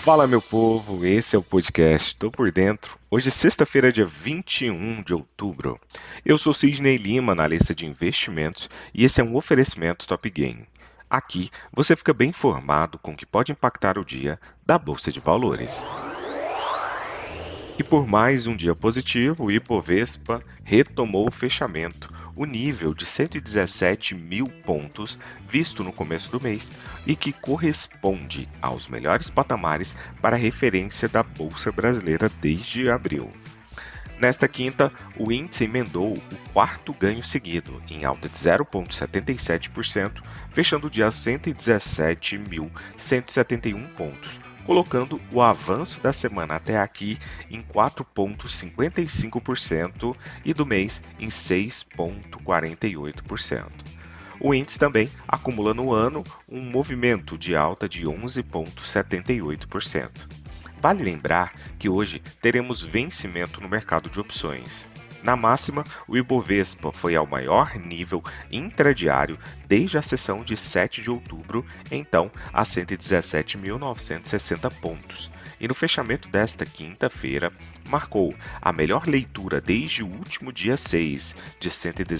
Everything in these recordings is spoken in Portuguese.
Fala, meu povo, esse é o podcast Tô por Dentro. Hoje é sexta-feira, dia 21 de outubro. Eu sou Sidney Lima, analista de investimentos, e esse é um oferecimento Top Game. Aqui você fica bem informado com o que pode impactar o dia da Bolsa de Valores. E por mais um dia positivo, o Ibovespa retomou o fechamento, o nível de 117 mil pontos visto no começo do mês e que corresponde aos melhores patamares para a referência da Bolsa Brasileira desde abril. Nesta quinta, o índice emendou o quarto ganho seguido, em alta de 0,77%, fechando o dia a 117.171 pontos, colocando o avanço da semana até aqui em 4,55% e do mês em 6,48%. O índice também acumula no ano um movimento de alta de 11,78%. Vale lembrar que hoje teremos vencimento no mercado de opções. Na máxima, o Ibovespa foi ao maior nível intradiário desde a sessão de 7 de outubro, então a 117.960 pontos. E no fechamento desta quinta-feira, marcou a melhor leitura desde o último dia 6, de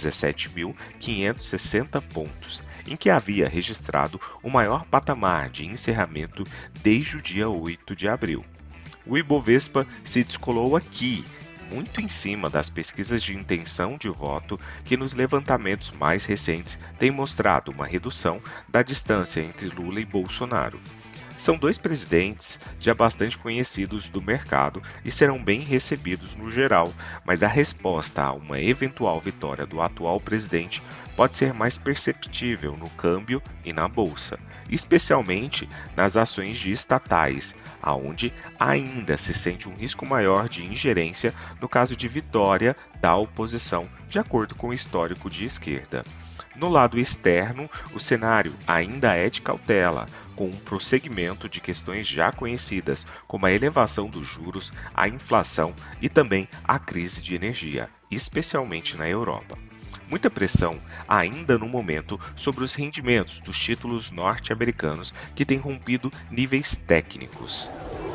117.560 pontos, em que havia registrado o maior patamar de encerramento desde o dia 8 de abril. O Ibovespa se descolou aqui, muito em cima das pesquisas de intenção de voto que nos levantamentos mais recentes têm mostrado uma redução da distância entre Lula e Bolsonaro. São dois presidentes já bastante conhecidos do mercado e serão bem recebidos no geral, mas a resposta a uma eventual vitória do atual presidente pode ser mais perceptível no câmbio e na bolsa, especialmente nas ações de estatais, aonde ainda se sente um risco maior de ingerência no caso de vitória da oposição, de acordo com o histórico de esquerda. No lado externo, o cenário ainda é de cautela, com um prosseguimento de questões já conhecidas, como a elevação dos juros, a inflação e também a crise de energia, especialmente na Europa. Muita pressão ainda no momento sobre os rendimentos dos títulos norte-americanos que têm rompido níveis técnicos.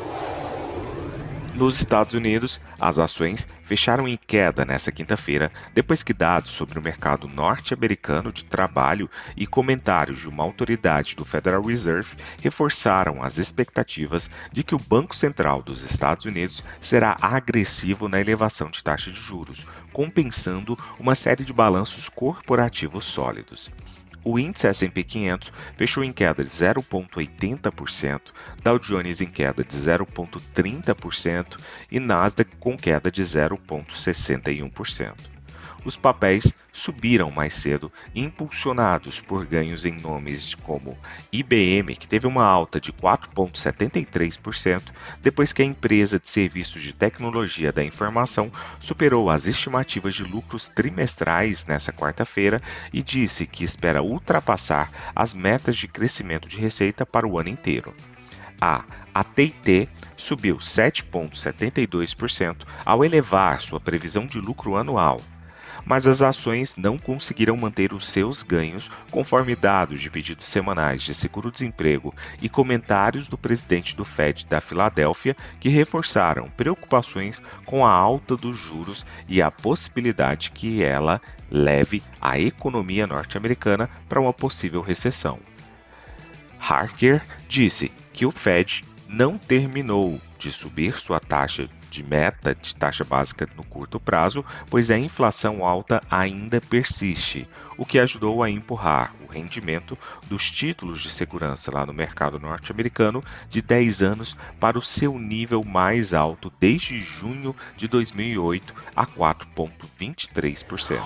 Nos Estados Unidos, as ações fecharam em queda nesta quinta-feira, depois que dados sobre o mercado norte-americano de trabalho e comentários de uma autoridade do Federal Reserve reforçaram as expectativas de que o Banco Central dos Estados Unidos será agressivo na elevação de taxa de juros, compensando uma série de balanços corporativos sólidos. O índice S&P 500 fechou em queda de 0,80%, Dow Jones em queda de 0,30% e Nasdaq com queda de 0,61%. Os papéis subiram mais cedo, impulsionados por ganhos em nomes como IBM, que teve uma alta de 4,73%, depois que a empresa de serviços de tecnologia da informação superou as estimativas de lucros trimestrais nesta quarta-feira e disse que espera ultrapassar as metas de crescimento de receita para o ano inteiro. A AT&T subiu 7,72% ao elevar sua previsão de lucro anual, mas as ações não conseguiram manter os seus ganhos conforme dados de pedidos semanais de seguro-desemprego e comentários do presidente do Fed da Filadélfia que reforçaram preocupações com a alta dos juros e a possibilidade que ela leve a economia norte-americana para uma possível recessão. Harker disse que o Fed não terminou de subir sua taxa de meta de taxa básica no curto prazo, pois a inflação alta ainda persiste, o que ajudou a empurrar o rendimento dos títulos de segurança lá no mercado norte-americano de 10 anos para o seu nível mais alto desde junho de 2008 a 4,23%.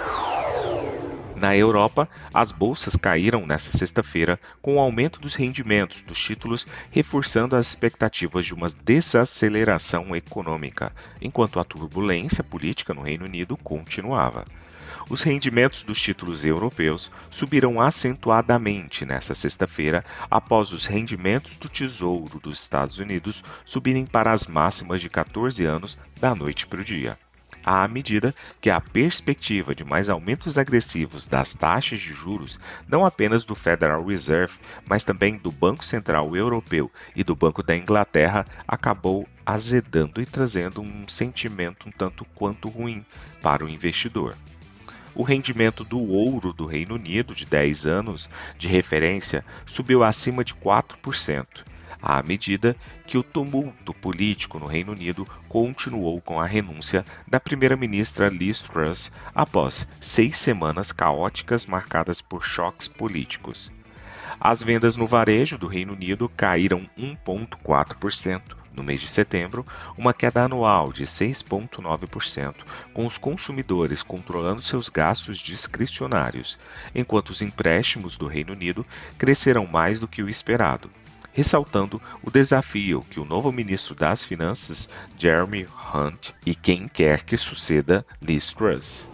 Na Europa, as bolsas caíram nesta sexta-feira com o aumento dos rendimentos dos títulos, reforçando as expectativas de uma desaceleração econômica, enquanto a turbulência política no Reino Unido continuava. Os rendimentos dos títulos europeus subiram acentuadamente nesta sexta-feira, após os rendimentos do Tesouro dos Estados Unidos subirem para as máximas de 14 anos da noite para o dia. à medida que a perspectiva de mais aumentos agressivos das taxas de juros, não apenas do Federal Reserve, mas também do Banco Central Europeu e do Banco da Inglaterra, acabou azedando e trazendo um sentimento um tanto quanto ruim para o investidor. O rendimento do ouro do Reino Unido de 10 anos de referência subiu acima de 4%, à medida que o tumulto político no Reino Unido continuou com a renúncia da primeira-ministra Liz Truss após 6 semanas caóticas marcadas por choques políticos. As vendas no varejo do Reino Unido caíram 1,4% no mês de setembro, uma queda anual de 6,9%, com os consumidores controlando seus gastos discricionários, enquanto os empréstimos do Reino Unido cresceram mais do que o esperado, ressaltando o desafio que o novo ministro das Finanças, Jeremy Hunt, e quem quer que suceda Liz Truss.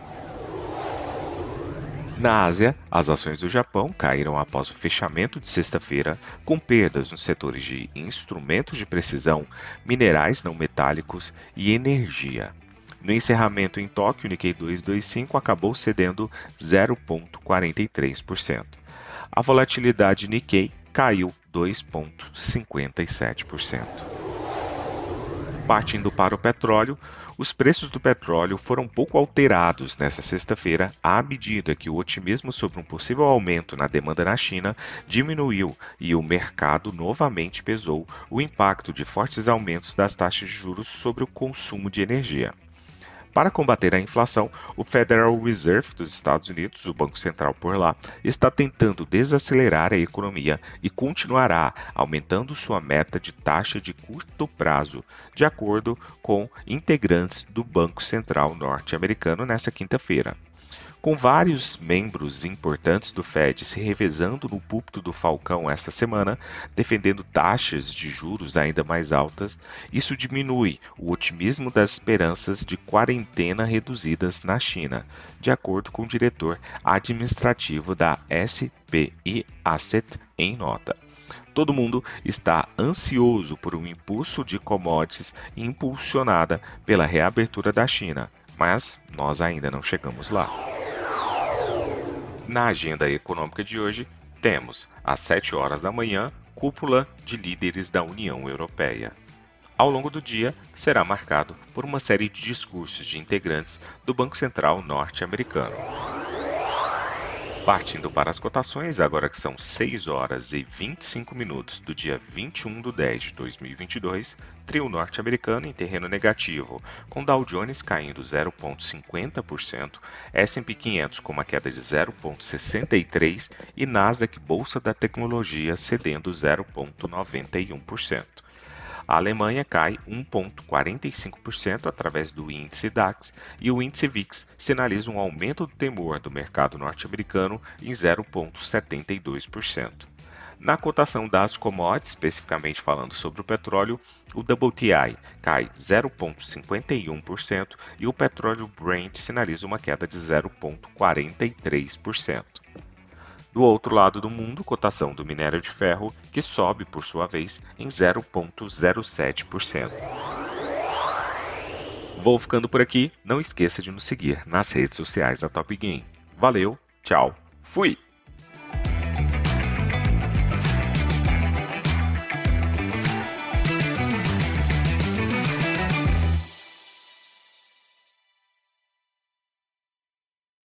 Na Ásia, as ações do Japão caíram após o fechamento de sexta-feira, com perdas nos setores de instrumentos de precisão, minerais não metálicos e energia. No encerramento em Tóquio, o Nikkei 225 acabou cedendo 0,43%. A volatilidade Nikkei caiu 2,57%. Partindo para o petróleo, os preços do petróleo foram pouco alterados nesta sexta-feira, à medida que o otimismo sobre um possível aumento na demanda na China diminuiu e o mercado novamente pesou o impacto de fortes aumentos das taxas de juros sobre o consumo de energia. Para combater a inflação, o Federal Reserve dos Estados Unidos, o Banco Central por lá, está tentando desacelerar a economia e continuará aumentando sua meta de taxa de curto prazo, de acordo com integrantes do Banco Central norte-americano nesta quinta-feira. Com vários membros importantes do Fed se revezando no púlpito do Falcão esta semana, defendendo taxas de juros ainda mais altas, isso diminui o otimismo das esperanças de quarentena reduzidas na China, de acordo com o diretor administrativo da SPI Asset em nota. Todo mundo está ansioso por um impulso de commodities impulsionada pela reabertura da China, mas nós ainda não chegamos lá. Na agenda econômica de hoje, temos, às 7 horas da manhã, cúpula de líderes da União Europeia. Ao longo do dia, será marcado por uma série de discursos de integrantes do Banco Central norte-americano. Partindo para as cotações, agora que são 6 horas e 25 minutos do dia 21/10/2022, trio norte-americano em terreno negativo, com Dow Jones caindo 0,50%, S&P 500 com uma queda de 0,63% e Nasdaq Bolsa da Tecnologia cedendo 0,91%. A Alemanha cai 1,45% através do índice DAX e o índice VIX sinaliza um aumento do temor do mercado norte-americano em 0,72%. Na cotação das commodities, especificamente falando sobre o petróleo, o WTI cai 0,51% e o petróleo Brent sinaliza uma queda de 0,43%. Do outro lado do mundo, cotação do minério de ferro, que sobe, por sua vez, em 0,07%. Vou ficando por aqui, não esqueça de nos seguir nas redes sociais da Top Game. Valeu, tchau, fui!